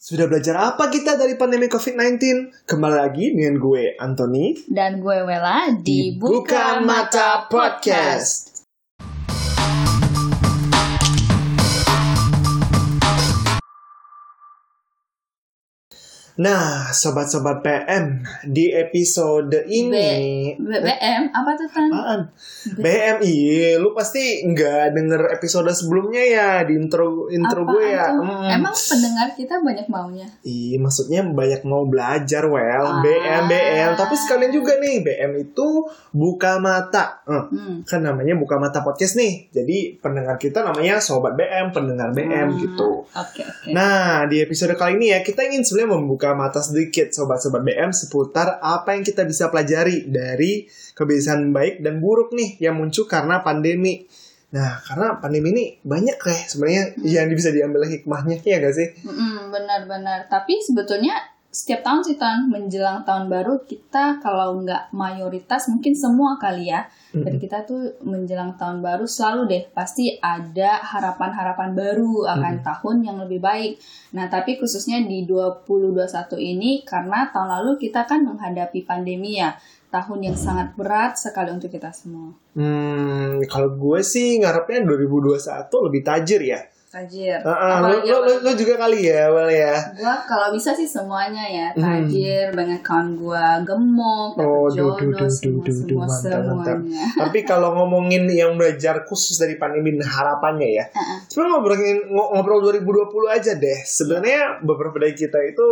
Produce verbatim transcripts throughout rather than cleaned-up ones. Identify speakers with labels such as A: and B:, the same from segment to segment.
A: Sudah belajar apa kita dari pandemi covid sembilan belas? Kembali lagi dengan gue, Anthony.
B: Dan gue, Wela, di
A: Buka Mata Podcast. Nah, sobat-sobat P M, di episode ini
B: B, B, BM, apa tuh kan?
A: Apaan? B M, iya, lu pasti nggak denger episode sebelumnya ya, di intro intro
B: Apaan
A: gue ya.
B: Hmm. Emang pendengar kita banyak maunya?
A: Iya, maksudnya banyak mau belajar, well,
B: ah.
A: B M, B M. Tapi sekalian juga nih, B M itu buka mata. Hmm. Hmm. Kan namanya buka mata podcast nih. Jadi pendengar kita namanya sobat B M, pendengar B M hmm. gitu.
B: Oke, okay, oke. Okay.
A: Nah, di episode kali ini ya, kita ingin sebenarnya membuka mata sedikit sobat-sobat B M seputar apa yang kita bisa pelajari dari kebiasaan baik dan buruk nih yang muncul karena pandemi. Nah, karena pandemi ini banyak ya sebenarnya hmm. yang bisa diambil hikmahnya, ya gak sih?
B: Hmm, benar-benar. Tapi sebetulnya setiap tahun sih Ton, menjelang tahun baru kita kalau nggak mayoritas mungkin semua kali ya mm-hmm. dari kita tuh menjelang tahun baru selalu deh pasti ada harapan-harapan baru akan mm-hmm. tahun yang lebih baik. Nah tapi khususnya di dua ribu dua puluh satu ini karena tahun lalu kita kan menghadapi pandemi ya, tahun yang sangat berat sekali untuk kita semua.
A: Hmm, kalau gue sih ngarepnya dua ribu dua puluh satu lebih tajir ya.
B: Tajir.
A: Uh, uh, lo, lo, lo juga kali ya, well ya.
B: Gua kalau bisa sih semuanya ya, tajir, hmm. banyak kawan gua gemuk,
A: oh,
B: jodoh,
A: du, du, du,
B: semua,
A: du, du,
B: semua,
A: mantap,
B: semuanya.
A: Mantap. Tapi kalau ngomongin yang belajar khusus dari pandemi dan harapannya ya, uh-uh. sebenarnya ngobrolin ngobrol dua ribu dua puluh aja deh. Sebenarnya beberapa dari kita itu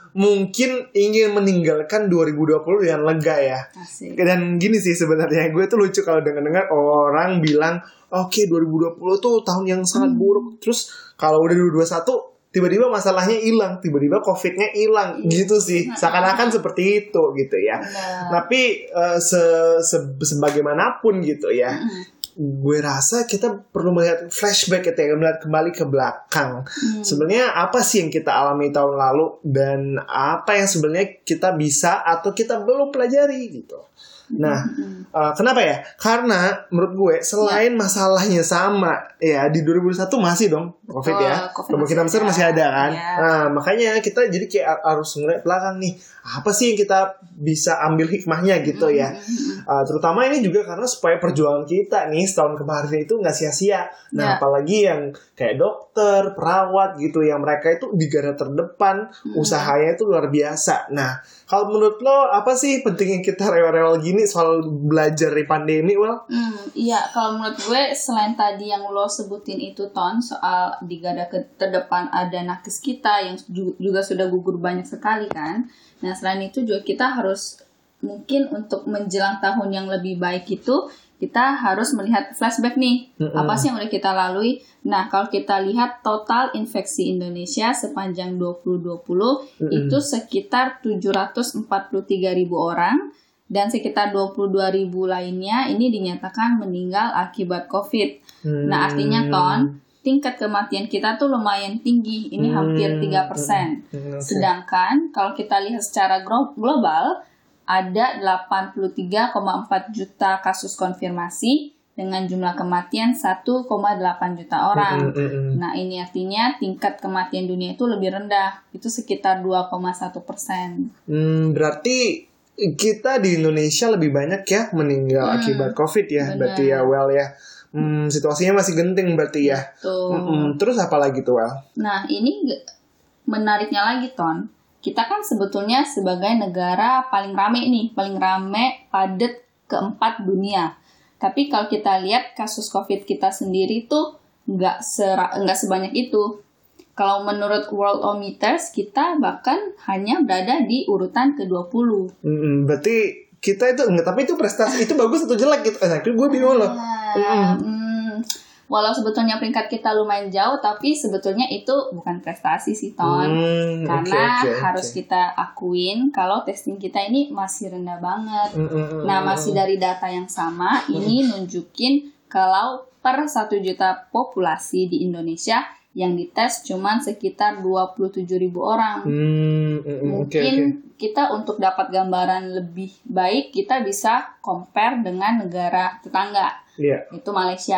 A: mungkin ingin meninggalkan dua ribu dua puluh dengan lega ya.
B: Asik.
A: Dan gini sih sebenarnya gue tuh lucu kalau dengar-dengar orang bilang oke okay, dua ribu dua puluh tuh tahun yang sangat hmm. buruk. Terus kalau udah dua ribu dua puluh satu tiba-tiba masalahnya hilang, tiba-tiba covidnya hilang hmm. gitu sih. Seakan-akan seperti itu gitu ya. Nah. Tapi uh, se- se- sebagaimanapun gitu ya. Hmm. Gue rasa kita perlu melihat flashback gitu ya, melihat kembali ke belakang. Hmm. Sebenarnya apa sih yang kita alami tahun lalu dan apa yang sebenarnya kita bisa atau kita belum pelajari gitu. Nah, hmm. uh, kenapa ya? Karena menurut gue selain ya. masalahnya sama ya di dua ribu dua puluh satu masih dong COVID oh, ya. Kemungkinan besar masih ada kan. Ya. Nah, makanya kita jadi kayak harus ngeliat belakang nih. Apa sih yang kita bisa ambil hikmahnya gitu ya. Uh, terutama ini juga karena supaya perjuangan kita nih setahun kemarin itu gak sia-sia. Nah, ya. apalagi yang kayak dokter, perawat gitu yang mereka itu di garda terdepan, hmm. usahanya itu luar biasa. Nah, kalau menurut lo apa sih pentingnya kita rewel-rewel gini soal belajar dari pandemi, Well?
B: Hmm, iya, kalau menurut gue selain tadi yang lo sebutin itu Ton soal di garda terdepan ada nakes kita yang juga sudah gugur banyak sekali kan. Nah, selain itu juga kita harus mungkin untuk menjelang tahun yang lebih baik itu kita harus melihat flashback nih. Mm-hmm. Apa sih yang udah kita lalui? Nah, kalau kita lihat total infeksi Indonesia sepanjang dua ribu dua puluh mm-hmm. itu sekitar tujuh ratus empat puluh tiga ribu orang dan sekitar dua puluh dua ribu lainnya ini dinyatakan meninggal akibat COVID. Mm-hmm. Nah, artinya Ton, tingkat kematian kita tuh lumayan tinggi, ini hmm, hampir tiga persen. Hmm, okay. Sedangkan kalau kita lihat secara global, ada delapan puluh tiga koma empat juta kasus konfirmasi dengan jumlah kematian satu koma delapan juta orang. Hmm, hmm, hmm. Nah, ini artinya tingkat kematian dunia itu lebih rendah, itu sekitar dua koma satu persen.
A: Hmm, berarti kita di Indonesia lebih banyak ya meninggal hmm, akibat COVID ya, bener. Berarti ya well ya. Hmm, situasinya masih genting berarti ya. Hmm, terus apa lagi tuh, Well?
B: Nah, ini menariknya lagi, Ton. Kita kan sebetulnya sebagai negara paling rame nih, paling rame padat keempat dunia. Tapi kalau kita lihat kasus COVID kita sendiri tuh nggak sera- nggak sebanyak itu. Kalau menurut Worldometers, kita bahkan hanya berada di urutan ke dua puluh.
A: Hmm, berarti kita itu enggak, tapi itu prestasi itu bagus atau jelek gitu. Nah, itu gue bingung loh.
B: Hmm. Hmm, walau sebetulnya peringkat kita lumayan jauh, tapi sebetulnya itu bukan prestasi sih Ton. Hmm, karena okay, okay, harus okay. kita akuin kalau testing kita ini masih rendah banget. Hmm, hmm, nah masih dari data yang sama, hmm. ini nunjukin kalau per satu juta populasi di Indonesia yang dites cuman sekitar dua puluh tujuh ribu orang. Hmm, mm, Mungkin okay, okay. kita untuk dapat gambaran lebih baik kita bisa compare dengan negara tetangga, yeah. itu Malaysia.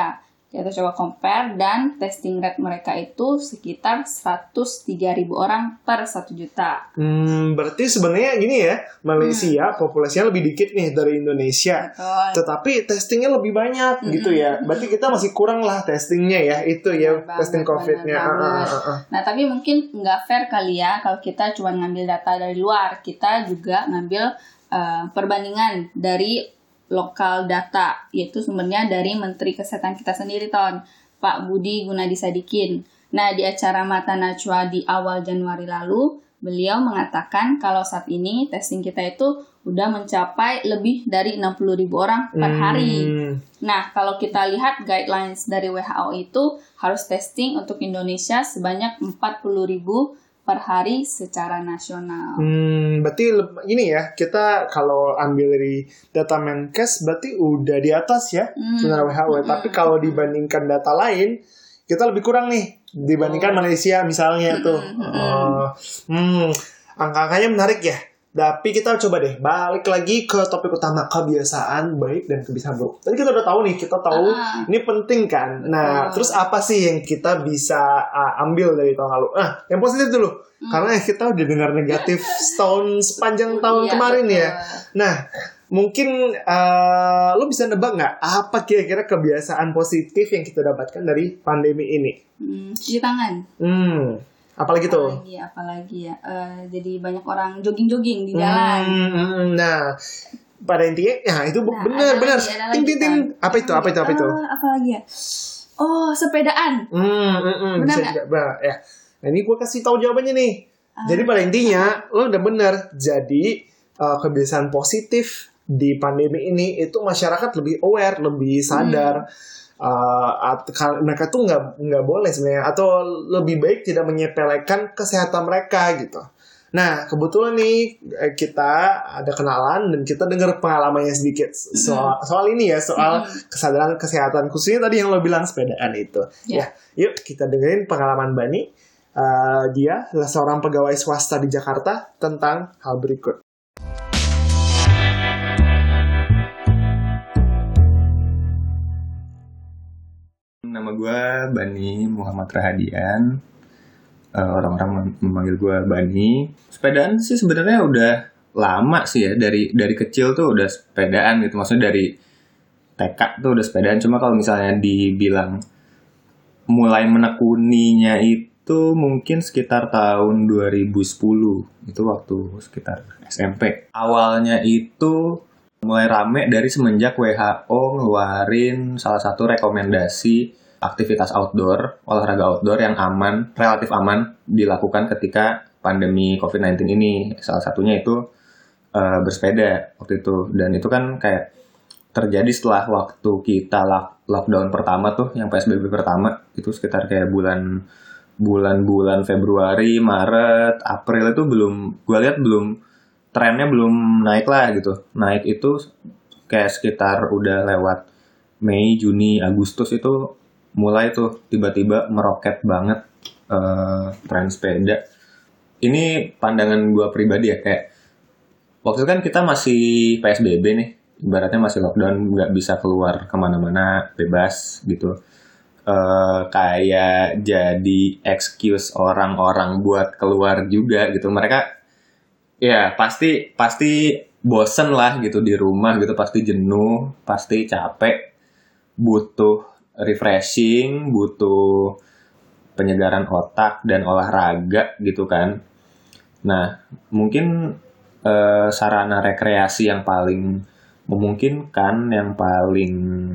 B: Kita coba compare dan testing rate mereka itu sekitar seratus tiga ribu orang per satu juta.
A: Hmm, berarti sebenarnya gini ya, Malaysia hmm. populasinya lebih dikit nih dari Indonesia. Betul. Tetapi testingnya lebih banyak hmm. gitu ya. Berarti kita masih kurang lah testingnya ya, itu ya benar testing banget, COVID-nya. Ah, ah, ah.
B: Nah tapi mungkin nggak fair kali ya kalau kita cuma ngambil data dari luar. Kita juga ngambil uh, perbandingan dari lokal data, yaitu sumbernya dari Menteri Kesehatan kita sendiri, Ton, Pak Budi Gunadisadikin. Nah, di acara Mata Najwa di awal Januari lalu, beliau mengatakan kalau saat ini testing kita itu udah mencapai lebih dari enam puluh ribu orang per hari. Hmm. Nah, kalau kita lihat guidelines dari W H O itu harus testing untuk Indonesia sebanyak empat puluh ribu per hari secara nasional.
A: Hmm, berarti ini ya, kita kalau ambil dari data Menkes berarti udah di atas ya hmm. sebenarnya W H O. Hmm. Tapi kalau dibandingkan data lain, kita lebih kurang nih dibandingkan oh. Malaysia misalnya tuh. Hmm. Uh, hmm, angka-angkanya menarik ya. Tapi kita coba deh balik lagi ke topik utama, kebiasaan baik dan kebiasaan buruk. Tadi kita udah tahu nih, kita tahu ah. ini penting kan. Nah, ah. terus apa sih yang kita bisa uh, ambil dari tahun lalu? Nah, yang positif dulu. Hmm. Karena kita udah dengar negatif setahun sepanjang tahun iya, kemarin betul. ya. Nah, mungkin uh, lo bisa nebak nggak apa kira-kira kebiasaan positif yang kita dapatkan dari pandemi ini?
B: Hmm, cuci tangan.
A: Hmm. Apalagi tuh?
B: Apalagi, apalagi ya. Uh, jadi banyak orang jogging-jogging di jalan.
A: Hmm, nah, pada intinya, ya itu nah, benar-benar. Ting ting ting. Apa itu? Apa itu? Apa itu?
B: Uh, apalagi ya? Oh, sepedaan.
A: Hmm, hmm, hmm. Benar nggak? Ya. Nah, ini gue kasih tahu jawabannya nih. Uh, Jadi pada intinya, lo udah benar. Jadi uh, kebiasaan positif di pandemi ini itu masyarakat lebih aware, lebih sadar. Hmm. Uh, at- mereka tuh nggak nggak boleh sebenarnya, atau lebih baik tidak menyepelekan kesehatan mereka gitu. Nah, kebetulan nih kita ada kenalan dan kita dengar pengalamannya sedikit soal soal ini ya, soal kesadaran kesehatan, khususnya tadi yang lo bilang sepedaan itu. Yeah. Ya, yuk kita dengerin pengalaman Bani. Uh, dia adalah seorang pegawai swasta di Jakarta tentang hal berikut.
C: Nama gue Bani Muhammad Rahadian. Uh, orang-orang memanggil gue Bani. Sepedaan sih sebenarnya udah lama sih ya, dari dari kecil tuh udah sepedaan gitu. Maksudnya dari T K tuh udah sepedaan. Cuma kalau misalnya dibilang mulai menekuninya itu mungkin sekitar tahun dua ribu sepuluh. Itu waktu sekitar S M P. Awalnya itu mulai rame dari semenjak W H O ngeluarin salah satu rekomendasi aktivitas outdoor, olahraga outdoor yang aman, relatif aman dilakukan ketika pandemi covid sembilan belas ini. Salah satunya itu uh, bersepeda waktu itu. Dan itu kan kayak terjadi setelah waktu kita lockdown pertama tuh, yang P S B B pertama, itu sekitar kayak bulan bulan-bulan Februari, Maret, April itu belum, gue lihat belum, trennya belum naik lah gitu. Naik itu kayak sekitar udah lewat Mei, Juni, Agustus itu mulai tuh tiba-tiba meroket banget uh, tren sepeda. Ini pandangan gue pribadi ya, kayak waktu itu kan kita masih P S B B nih, ibaratnya masih lockdown, nggak bisa keluar kemana-mana bebas gitu. Uh, kayak jadi excuse orang-orang buat keluar juga gitu. Mereka ya pasti pasti bosen lah gitu di rumah gitu, pasti jenuh, pasti capek, butuh refreshing, butuh penyegaran otak dan olahraga gitu kan. Nah, mungkin eh, sarana rekreasi yang paling memungkinkan, yang paling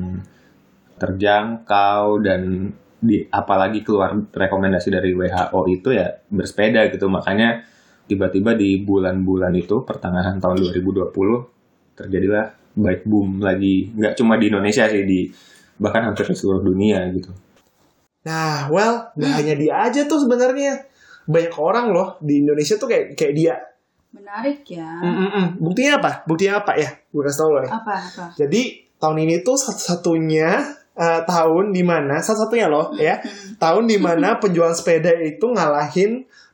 C: terjangkau dan di, apalagi keluar rekomendasi dari W H O itu ya bersepeda gitu. Makanya tiba-tiba di bulan-bulan itu pertengahan tahun dua ribu dua puluh terjadilah bike boom lagi. Nggak cuma di Indonesia sih, di bahkan hampir di seluruh dunia gitu.
A: Nah, well, nggak hmm. hanya dia aja tuh sebenarnya. Banyak orang loh di Indonesia tuh kayak kayak dia.
B: Menarik ya.
A: Mm-mm. Buktinya apa? Buktinya apa ya? Gue kasih tau lo ya.
B: Apa? Apa?
A: Jadi tahun ini tuh satu-satunya uh, tahun di mana satu-satunya loh ya, tahun di mana penjualan sepeda itu ngalahin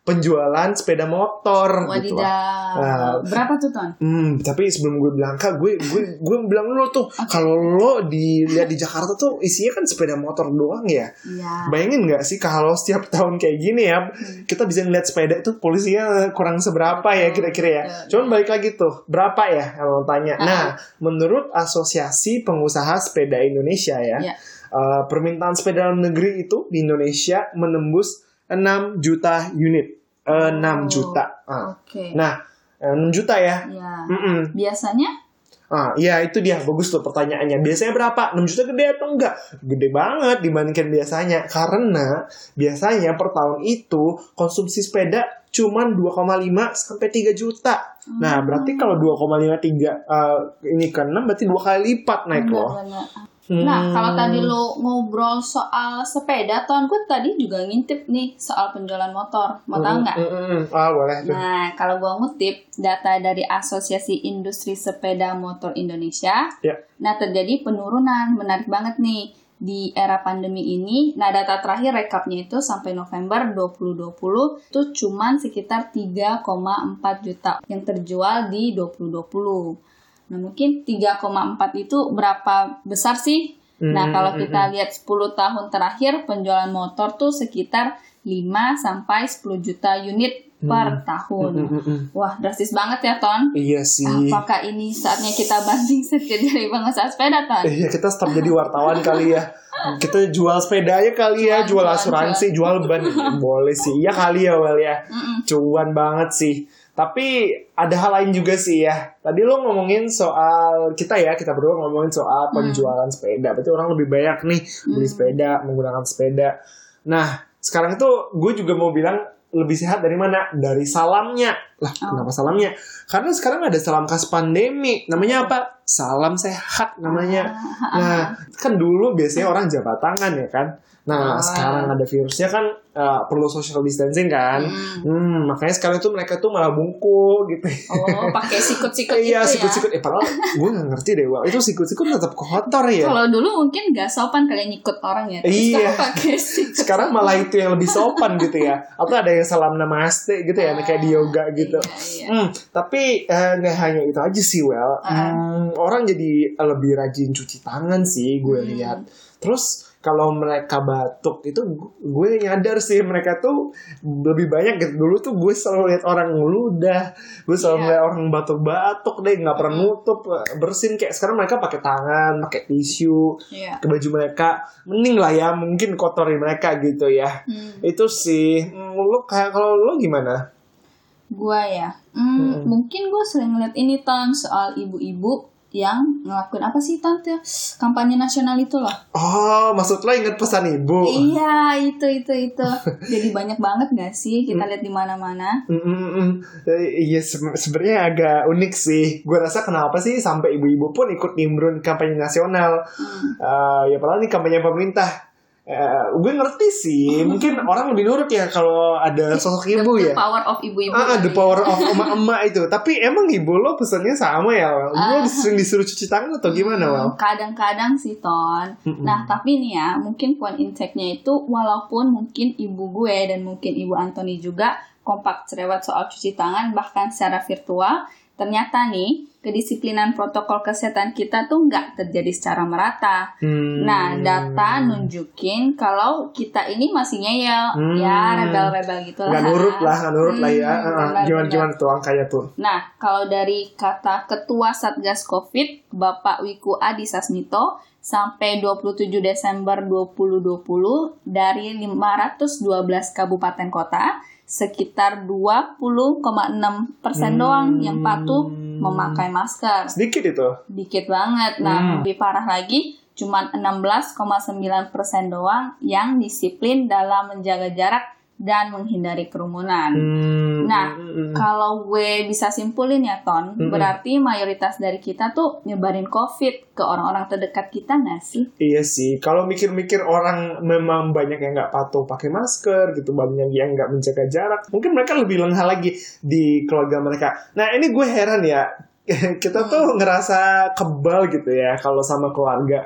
A: penjualan sepeda motor.
B: Wadidaw.
A: Gitu lah. Nah,
B: berapa tuh Ton?
A: Hmm, tapi sebelum gue bilang Kak, gue gue gue bilang dulu tuh, kalau lo dilihat di Jakarta tuh isinya kan sepeda motor doang ya.
B: Iya.
A: Bayangin nggak sih kalau setiap tahun kayak gini ya, hmm. kita bisa ngeliat sepeda itu polisinya kurang seberapa ya kira-kira ya. Cuman balik lagi tuh, berapa ya kalau tanya. Uh-huh. Nah, menurut Asosiasi Pengusaha Sepeda Indonesia ya, yeah. uh, permintaan sepeda dalam negeri itu di Indonesia menembus enam juta unit. enam juta. Uh.
B: Oke. Okay.
A: Nah, enam juta ya.
B: Ya. Biasanya?
A: Ah, ya itu dia, bagus tuh pertanyaannya. Biasanya berapa? enam juta gede atau enggak? Gede banget dibandingkan biasanya. Karena biasanya per tahun itu konsumsi sepeda cuma dua koma lima sampai tiga juta. Hmm. Nah, berarti kalau dua koma lima tiga uh, ini kan enam berarti dua kali lipat naik loh.
B: Hmm. Nah, kalau tadi lo ngobrol soal sepeda, Ton, gue tadi juga ngintip nih soal penjualan motor. Mau tahu nggak?
A: Mm, mm, mm. Ah, boleh.
B: Nah, kalau gue ngutip data dari Asosiasi Industri Sepeda Motor Indonesia, yeah. Nah terjadi penurunan, menarik banget nih di era pandemi ini. Nah, data terakhir rekapnya itu sampai November dua ribu dua puluh itu cuman sekitar tiga koma empat juta yang terjual di dua ribu dua puluh. Nah, mungkin tiga koma empat itu berapa besar sih? Mm, nah, kalau kita mm, lihat sepuluh tahun terakhir penjualan motor tuh sekitar lima sampai sepuluh juta unit per mm, tahun. Mm, mm, mm. Wah, drastis banget ya, Ton?
A: Iya sih.
B: Apakah ini saatnya kita banting setir dari pengusaha sepeda, Ton?
A: Iya, kita stop jadi wartawan kali ya. Kita jual sepedanya kali ya, jual, jual asuransi, jual, jual ban. Boleh sih. Iya kali ya, Wel ya. Mm-mm. Cuan banget sih. Tapi ada hal lain juga sih ya. Tadi lo ngomongin soal kita ya, kita berdua ngomongin soal penjualan hmm. sepeda. Berarti orang lebih banyak nih beli hmm. sepeda, menggunakan sepeda. Nah, sekarang itu gue juga mau bilang lebih sehat dari mana? Dari salamnya. Lah, oh. Kenapa salamnya? Karena sekarang ada salam khas pandemi. Namanya apa? Salam sehat namanya. Nah, kan dulu biasanya orang jabat tangan ya kan. Nah, oh. sekarang ada virusnya kan uh, perlu social distancing kan. Hmm. hmm, makanya sekarang tuh mereka tuh malah bungkuk gitu.
B: Oh, pakai sikut-sikut itu
A: iya,
B: ya. Iya,
A: sikut-sikut. Eh, padahal gue gak ngerti deh, Wak. Itu sikut-sikut tetap kotor ya.
B: Kalau dulu mungkin gak sopan kalian nyikut orang ya. Terus
A: iya.
B: pakai sikut.
A: Sekarang malah itu yang lebih sopan gitu ya. Atau ada yang salam namaste gitu ya, ah, kayak di yoga gitu. Iya, iya. Hmm, tapi uh, gak hanya itu aja sih, Well. Uh. Hmm, orang jadi lebih rajin cuci tangan sih, gue hmm. lihat. Terus kalau mereka batuk itu gue nyadar sih mereka tuh lebih banyak gitu. Dulu tuh gue selalu lihat orang ngeludah, gue selalu yeah. lihat orang batuk-batuk deh, nggak pernah nutup bersin. Kayak sekarang mereka pakai tangan, pakai tisu yeah. ke baju mereka. Mending lah ya, mungkin kotorin mereka gitu ya. Hmm. Itu sih. Lo kayak kalau lo gimana?
B: Gue ya, hmm, hmm. mungkin gue sering ngeliat ini Ton soal ibu-ibu yang ngelakuin apa sih tante kampanye nasional itu loh.
A: Oh, maksud lo inget pesan ibu?
B: Iya, itu itu itu. Jadi banyak banget nggak sih kita lihat di mana-mana.
A: Mm, mm, mm. Iya, se- sebenarnya agak unik sih. Gue rasa kenapa sih sampai ibu-ibu pun ikut nimbrun kampanye nasional. Hmm. Uh, ya padahal ini kampanye pemerintah. Uh, gue ngerti sih, mungkin orang lebih nurut ya kalau ada sosok ibu
B: the,
A: ya.
B: The power of ibu-ibu.
A: Ah, the power of emak-emak itu. Tapi emang ibu lo pesannya sama ya? Uh, gue sering disuruh cuci tangan atau gimana, Wal?
B: Kadang-kadang sih, Ton. Mm-mm. Nah, tapi nih ya, mungkin point insight-nya itu walaupun mungkin ibu gue dan mungkin ibu Anthony juga kompak cerewet soal cuci tangan bahkan secara virtual, ternyata nih kedisiplinan protokol kesehatan kita tuh nggak terjadi secara merata. Hmm. Nah, data nunjukin kalau kita ini masih ngeyel, hmm. ya rebel-rebel gitu lah.
A: Nggak nurut lah, nggak nurut hmm, lah ya. Gimana-gimana tuh angkanya tuh?
B: Nah, kalau dari kata Ketua Satgas Covid, Bapak Wiku Adi Sasmito, sampai dua puluh tujuh Desember dua ribu dua puluh, dari lima ratus dua belas kabupaten kota, sekitar dua puluh koma enam persen hmm. doang yang patuh memakai masker.
A: Sedikit itu?
B: Dikit banget. Nah, hmm. lebih parah lagi, cuma enam belas koma sembilan persen doang yang disiplin dalam menjaga jarak dan menghindari kerumunan. Hmm. Nah, hmm. kalau gue bisa simpulin ya, Ton, hmm. berarti mayoritas dari kita tuh nyebarin COVID ke orang-orang terdekat kita nggak sih?
A: Iya sih. Kalau mikir-mikir orang memang banyak yang nggak patuh pakai masker gitu, banyak yang nggak menjaga jarak. Mungkin mereka lebih lengah lagi di keluarga mereka. Nah, ini gue heran ya. Kita tuh hmm. ngerasa kebal gitu ya kalau sama keluarga.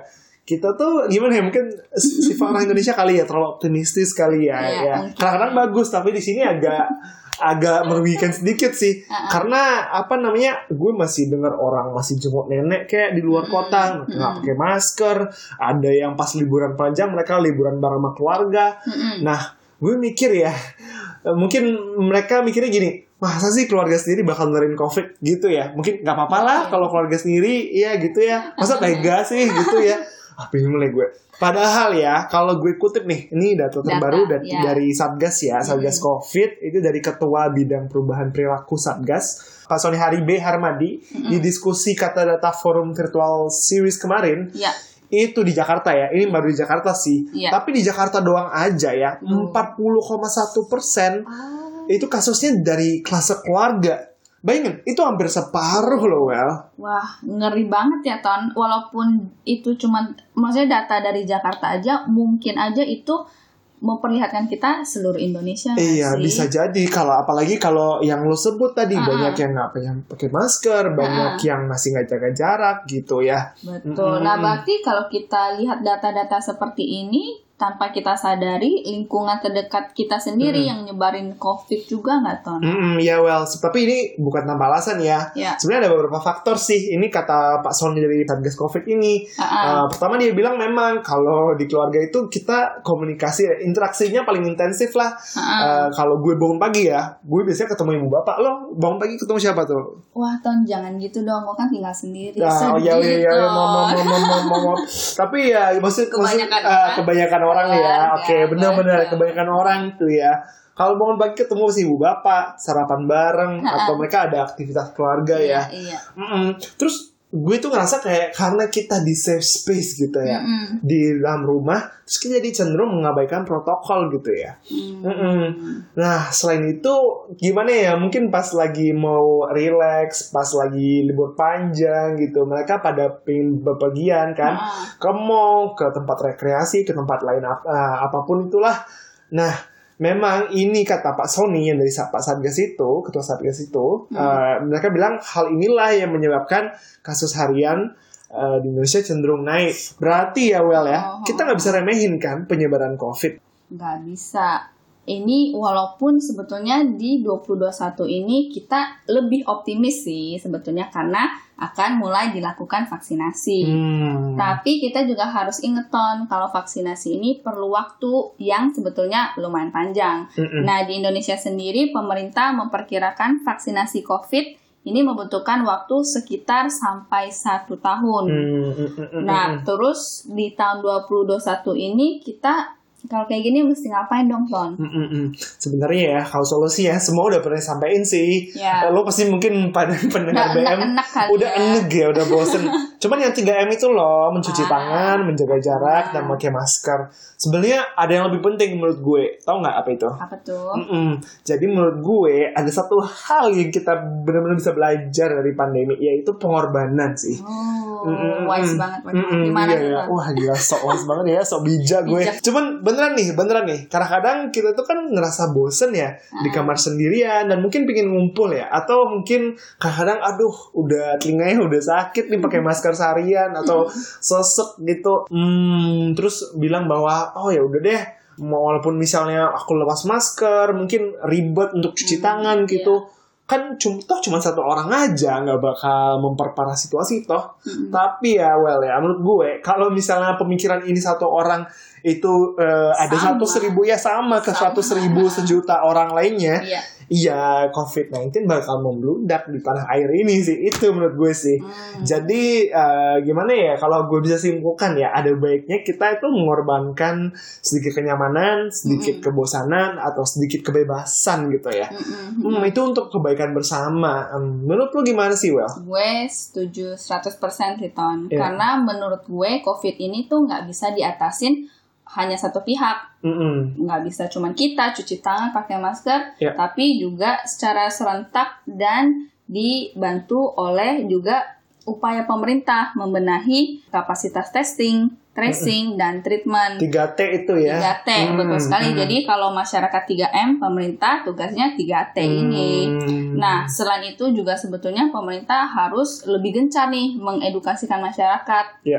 A: kita tuh gimana ya, mungkin sifat orang Indonesia kali ya, terlalu optimistis kali ya.
B: Iya,
A: Ya. Kadang-kadang bagus, tapi di sini agak agak merugikan sedikit sih.
B: Uh-uh.
A: Karena apa namanya, gue masih dengar orang masih jenguk nenek kayak di luar kota, nggak
B: Mm-mm.
A: pakai masker. Ada yang pas liburan panjang mereka liburan bareng sama keluarga.
B: Mm-mm.
A: Nah, gue mikir ya, mungkin mereka mikirnya gini, masa sih keluarga sendiri bakal nerin COVID gitu ya? Mungkin nggak apa-apa lah kalau keluarga sendiri, ya gitu ya. Masa tega sih gitu ya? Ah, bingung lah gue. Padahal ya, kalau gue kutip nih, ini data terbaru
B: Data,
A: dari,
B: ya.
A: dari Satgas ya, Satgas COVID, itu dari Ketua Bidang Perubahan Perilaku Satgas, Pak Sony Haribe Harmadi, di diskusi Kata Data Forum Virtual Series kemarin,
B: Ya.
A: itu di Jakarta ya, ini baru di Jakarta sih.
B: Iya.
A: Tapi di Jakarta doang aja ya, empat puluh koma satu persen itu kasusnya dari klase keluarga. Bayangin, itu hampir separuh loh, Well.
B: Wah, ngeri banget ya, Ton. Walaupun itu cuma, maksudnya data dari Jakarta aja, mungkin aja itu memperlihatkan kita seluruh Indonesia. nggak
A: Iya,
B: sih?
A: bisa jadi. Kalau apalagi kalau yang lo sebut tadi,
B: Uh-uh.
A: banyak yang nggak pengen pakai masker, banyak yang masih nggak jaga jarak gitu ya.
B: Betul. Nah, berarti kalau kita lihat data-data seperti ini, tanpa kita sadari, lingkungan terdekat kita sendiri
A: Mm-mm.
B: yang nyebarin COVID juga nggak, Ton?
A: Hmm, ya well, tapi ini bukan tanpa alasan ya.
B: Ya.
A: Sebenarnya ada beberapa faktor sih. Ini kata Pak Sony dari Satgas COVID ini.
B: Uh-uh.
A: Uh, pertama dia bilang memang kalau di keluarga itu kita komunikasi, interaksinya paling intensif lah.
B: Uh-uh.
A: Uh, kalau gue bangun pagi ya, gue biasanya ketemu ibu bapak. Lo bangun pagi ketemu siapa tuh?
B: Wah, Ton, jangan gitu dong. Gue kan tinggal sendiri.
A: Nah, oh,
B: Sedih,
A: ya, ya, ya, ya,
B: Ton.
A: mau, mau, mau, mau, mau, mau, mau. Tapi ya maksud, maksud
B: Kebanyakan
A: uh,
B: orang.
A: kebanyakan orang ya.
B: Keluarga,
A: Oke, benar-benar
B: keluarga.
A: kebanyakan orang tuh ya. Kalau bangun pagi ketemu si ibu bapak, sarapan bareng,
B: Ha-ha.
A: atau mereka ada aktivitas keluarga ya.
B: Iya, iya.
A: Mm-mm. Terus gue tuh ngerasa kayak karena kita di safe space gitu ya,
B: Mm-mm.
A: di dalam rumah, terus kita jadi cenderung mengabaikan protokol gitu ya.
B: Hmm.
A: Mm-mm. Nah, selain itu gimana ya? Mungkin pas lagi mau relax, pas lagi libur panjang gitu, mereka pada pengen bepergian kan,
B: Ah.
A: ke mall, ke tempat rekreasi, ke tempat lain ap- ah, apapun itulah. Nah, memang ini kata Pak Sony yang dari Sa- Pak Satgas itu, Ketua Satgas itu, uh, mereka bilang hal inilah yang menyebabkan kasus harian uh, di Indonesia cenderung naik. Berarti ya, Well ya,
B: Oh.
A: kita nggak bisa remehin kan penyebaran COVID.
B: Nggak bisa. Ini walaupun sebetulnya di dua ribu dua puluh satu ini kita lebih optimis sih sebetulnya karena akan mulai dilakukan vaksinasi.
A: Hmm.
B: Tapi kita juga harus inget, Ton, kalau vaksinasi ini perlu waktu yang sebetulnya lumayan panjang.
A: Mm-mm.
B: Nah, di Indonesia sendiri pemerintah memperkirakan vaksinasi COVID ini membutuhkan waktu sekitar sampai satu tahun.
A: Hmm, mm, mm, mm,
B: Nah,
A: mm.
B: terus di tahun dua ribu dua puluh satu ini kita kalau kayak gini mesti ngapain dong, Ton?
A: Mm, mm, mm. Sebenarnya ya, kalau solusi ya semua udah pernah sampaikan sih.
B: Ya.
A: Lo pasti mungkin pada pendengar
B: Udah
A: B M
B: enak-enak kali
A: udah
B: ya.
A: enek ya, udah bosen. Cuman yang tiga M itu loh, mencuci
B: Ah.
A: tangan, menjaga jarak,
B: Ah.
A: dan pakai masker. Sebenarnya ada yang lebih penting menurut gue. Tahu nggak apa itu?
B: Apa tuh?
A: Mm-mm. Jadi menurut gue ada satu hal yang kita benar-benar bisa belajar dari pandemi, yaitu pengorbanan sih.
B: Oh,
A: Mm-mm.
B: wise banget. wise banget.
A: Mm-mm,
B: Gimana
A: iya,
B: tuh,
A: iya.
B: Ton?
A: Wah gila, sok wise banget ya, sok bijak gue.
B: Bijak.
A: Cuman beneran nih, beneran nih. Kadang-kadang kita tuh kan ngerasa bosen ya di kamar sendirian dan mungkin pingin ngumpul ya, atau mungkin kadang-kadang aduh udah telinganya udah sakit nih pakai masker seharian atau sesek gitu. Hmm, terus bilang bahwa oh ya udah deh, mau walaupun misalnya aku lepas masker, mungkin ribet untuk cuci tangan gitu. Kan cum- toh cuma satu orang aja, nggak bakal memperparah situasi toh.
B: Mm-mm.
A: Tapi ya well ya menurut gue kalau misalnya pemikiran ini satu orang itu eh, ada
B: Sama.
A: satu seribu ya sama ke
B: Sama.
A: seratus ribu sejuta orang lainnya,
B: Iya.
A: iya covid sembilan belas bakal membludak di tanah air ini sih, itu menurut gue sih.
B: Hmm.
A: Jadi eh, gimana ya kalau gue bisa simpulkan ya, ada baiknya kita itu mengorbankan sedikit kenyamanan, sedikit
B: Mm-mm.
A: kebosanan atau sedikit kebebasan gitu ya.
B: Mm-mm.
A: Hmm, itu untuk kebaikan bersama. Hmm, menurut lu gimana sih, Well?
B: Gue setuju seratus persen sih, Ton.
A: Iya.
B: Karena menurut gue COVID ini tuh nggak bisa diatasin hanya satu pihak.
A: Mm-mm.
B: Nggak bisa cuman kita cuci tangan pakai masker,
A: Iya.
B: tapi juga secara serentak dan dibantu oleh juga upaya pemerintah membenahi kapasitas testing, tracing, dan treatment.
A: tiga T itu ya.
B: tiga T,
A: Hmm,
B: betul sekali.
A: hmm.
B: Jadi kalau masyarakat tiga M, pemerintah tugasnya tiga T ini.
A: Hmm.
B: Nah, selain itu juga sebetulnya pemerintah harus lebih gencar nih mengedukasikan masyarakat.
A: Ya.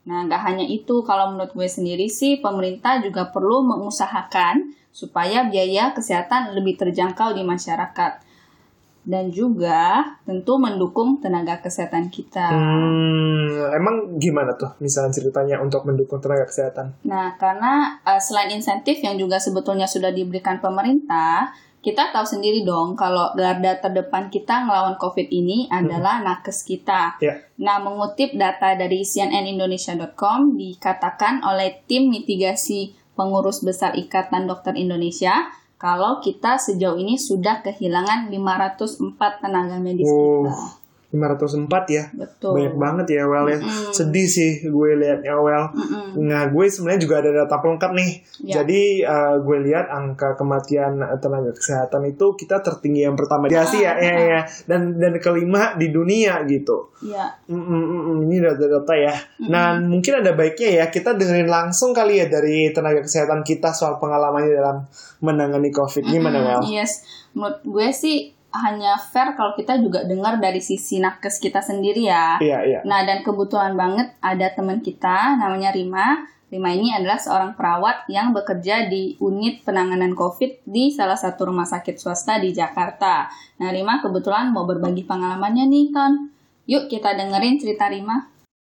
B: Nah, nggak hanya itu, kalau menurut gue sendiri sih, pemerintah juga perlu mengusahakan supaya biaya kesehatan lebih terjangkau di masyarakat. Dan juga tentu mendukung tenaga kesehatan kita.
A: Hmm, emang gimana tuh misalnya ceritanya untuk mendukung tenaga kesehatan?
B: Nah, karena uh, selain insentif yang juga sebetulnya sudah diberikan pemerintah, kita tahu sendiri dong kalau garda terdepan kita ngelawan COVID ini adalah hmm. nakes kita.
A: Yeah.
B: Nah, mengutip data dari C N N Indonesia dot com dikatakan oleh tim mitigasi pengurus besar Ikatan Dokter Indonesia, kalau kita sejauh ini sudah kehilangan lima ratus empat tenaga medis
A: wow,
B: kita.
A: lima ratus empat ya?
B: Betul.
A: Banyak banget ya, Wel ya.
B: Mm-mm.
A: Sedih sih gue liatnya, Wel.
B: Mm-mm.
A: Nah, gue sebenarnya juga ada data pelengkap nih.
B: Ya.
A: Jadi, uh, gue lihat angka kematian tenaga kesehatan itu kita tertinggi yang pertama di Asia, ah, ya, ah. ya. Dan, dan kelima di dunia gitu.
B: Iya.
A: Ini data-data ya. Mm-mm. Nah, mungkin ada baiknya ya kita dengerin langsung kali ya dari tenaga kesehatan kita soal pengalamannya dalam menangani COVID. Gimana, Wel?
B: Yes. Menurut gue sih hanya fair kalau kita juga dengar dari sisi nakes kita sendiri ya.
A: Iya, iya.
B: Nah, dan kebetulan banget ada teman kita namanya Rima. Rima ini adalah seorang perawat yang bekerja di unit penanganan COVID di salah satu rumah sakit swasta di Jakarta. Nah, Rima kebetulan mau berbagi pengalamannya nih, Ton. Yuk kita dengerin cerita Rima.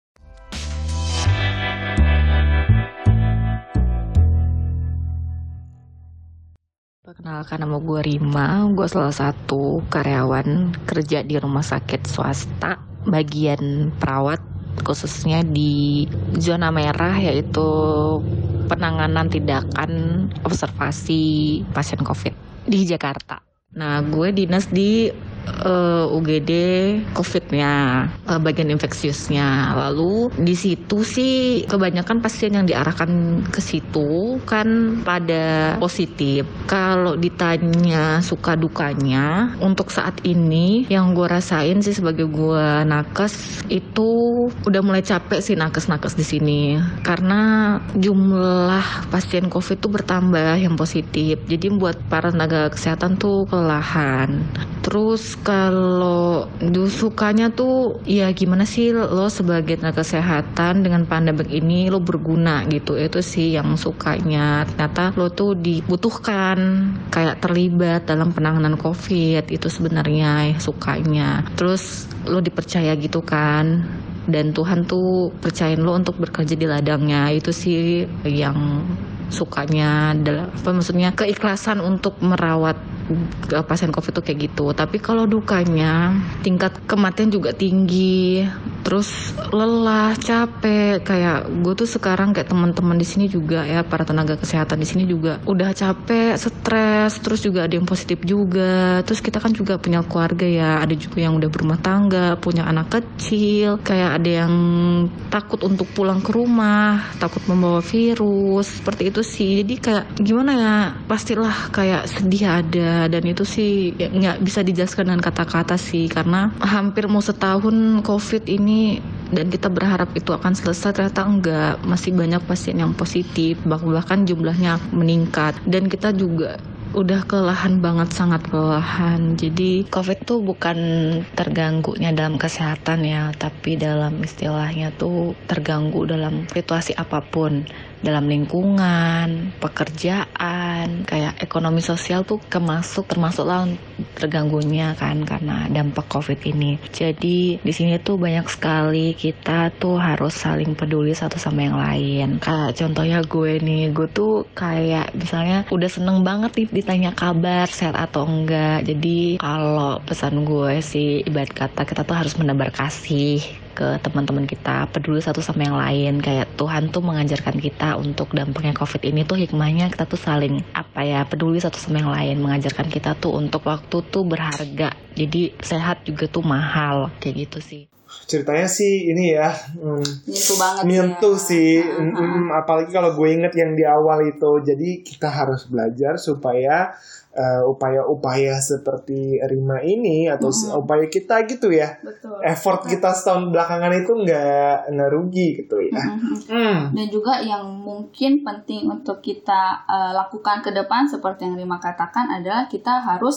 D: Perkenalkan, nama gue Rima, gue salah satu karyawan kerja di rumah sakit swasta bagian perawat, khususnya di zona merah yaitu penanganan tindakan observasi pasien COVID di Jakarta. Nah, gue dinas di uh, U G D COVID-nya, uh, bagian infeksiusnya. Lalu di situ sih kebanyakan pasien yang diarahkan ke situ kan pada positif. Kalau ditanya suka dukanya, untuk saat ini yang gue rasain sih sebagai gue nakes itu udah mulai capek sih nakes-nakes di sini, karena jumlah pasien COVID tuh bertambah yang positif. Jadi buat para tenaga kesehatan tuh kelelahan. Terus kalau sukanya tuh ya gimana sih lo sebagai tenaga kesehatan dengan pandemik ini lo berguna gitu. Itu sih yang sukanya. Ternyata lo tuh dibutuhkan kayak terlibat dalam penanganan COVID, itu sebenarnya sukanya. Terus lo dipercaya gitu kan, dan Tuhan tuh percayain lo untuk bekerja di ladangnya. Itu sih yang sukanya, apa maksudnya keikhlasan untuk merawat pasien COVID tuh kayak gitu. Tapi kalau dukanya tingkat kematian juga tinggi, terus lelah, capek. Kayak gue tuh sekarang kayak teman-teman di sini juga ya, para tenaga kesehatan di sini juga udah capek, stres, terus juga ada yang positif juga. Terus kita kan juga punya keluarga ya, ada juga yang udah berumah tangga, punya anak kecil, kayak ada yang takut untuk pulang ke rumah, takut membawa virus, seperti itu sih. Jadi kayak gimana ya, pastilah kayak sedih ada, dan itu sih nggak bisa dijelaskan dengan kata-kata sih, karena hampir mau setahun COVID ini dan kita berharap itu akan selesai, ternyata enggak, masih banyak pasien yang positif, bahkan jumlahnya meningkat, dan kita juga udah kelelahan banget, sangat kelelahan. Jadi COVID tuh bukan terganggunya dalam kesehatan ya, tapi dalam istilahnya tuh terganggu dalam situasi apapun, dalam lingkungan, pekerjaan, kayak ekonomi sosial tuh kemasuk, termasuklah terganggunya kan karena dampak COVID ini. Jadi di sini tuh banyak sekali kita tuh harus saling peduli satu sama yang lain. Kayak contohnya gue nih, gue tuh kayak misalnya udah seneng banget nih ditanya kabar sehat atau enggak. Jadi kalau pesan gue sih ibarat kata kita tuh harus menebar kasih ke teman-teman kita, peduli satu sama yang lain. Kayak Tuhan tuh mengajarkan kita untuk dampaknya COVID ini tuh hikmahnya kita tuh saling apa ya, peduli satu sama yang lain, mengajarkan kita tuh untuk waktu tuh berharga. Jadi sehat juga tuh mahal, kayak gitu sih.
A: Ceritanya sih ini ya hmm,
B: nyentuh banget
A: nyentuh
B: ya.
A: sih hmm, hmm, apalagi kalau gue inget yang di awal itu. Jadi kita harus belajar supaya uh, upaya-upaya seperti Rima ini atau hmm. upaya kita gitu ya.
B: Betul.
A: Effort kita setahun belakangan itu nggak nggak rugi gitu ya.
B: Hmm.
A: Hmm.
B: Dan juga yang mungkin penting untuk kita uh, lakukan ke depan seperti yang Rima katakan adalah kita harus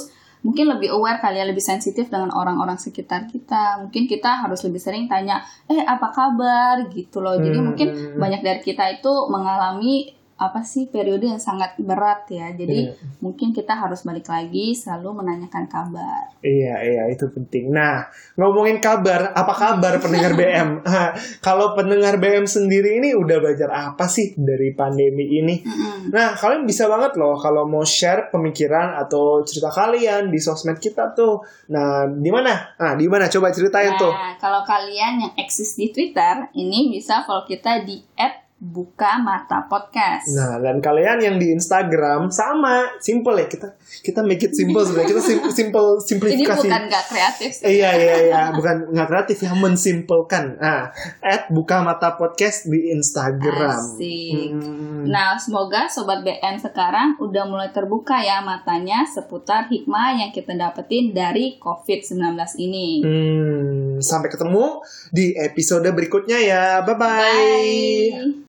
B: mungkin lebih aware kali ya, lebih sensitif dengan orang-orang sekitar kita. Mungkin kita harus lebih sering tanya, eh apa kabar gitu loh. Jadi
A: Hmm.
B: mungkin banyak dari kita itu mengalami apa sih periode yang sangat berat ya. Jadi
A: Hmm.
B: mungkin kita harus balik lagi selalu menanyakan kabar.
A: Iya, iya, itu penting. Nah, ngomongin kabar, apa kabar pendengar B M? Kalau pendengar B M sendiri ini udah belajar apa sih dari pandemi ini?
B: Mm-mm.
A: Nah, kalian bisa banget loh kalau mau share pemikiran atau cerita kalian di sosmed kita tuh. Nah, di mana? Nah, di mana? Coba ceritain tuh.
B: Nah, kalau kalian yang eksis di Twitter, ini bisa follow kita di et buka mata podcast.
A: Nah, dan kalian yang di Instagram sama, simple ya, kita kita make it simple sebenarnya. Kita sim- simple
B: Ini
A: simplifikasi.
B: bukan gak kreatif sih.
A: Iya, iya, iya, bukan nggak kreatif ya, mensimpelkan. Nah, at buka mata podcast di Instagram.
B: Asik.
A: Hmm.
B: Nah, semoga Sobat B M sekarang udah mulai terbuka ya matanya seputar hikmah yang kita dapetin dari covid sembilan belas ini.
A: Hmm, sampai ketemu di episode berikutnya ya. Bye-bye.
B: Bye.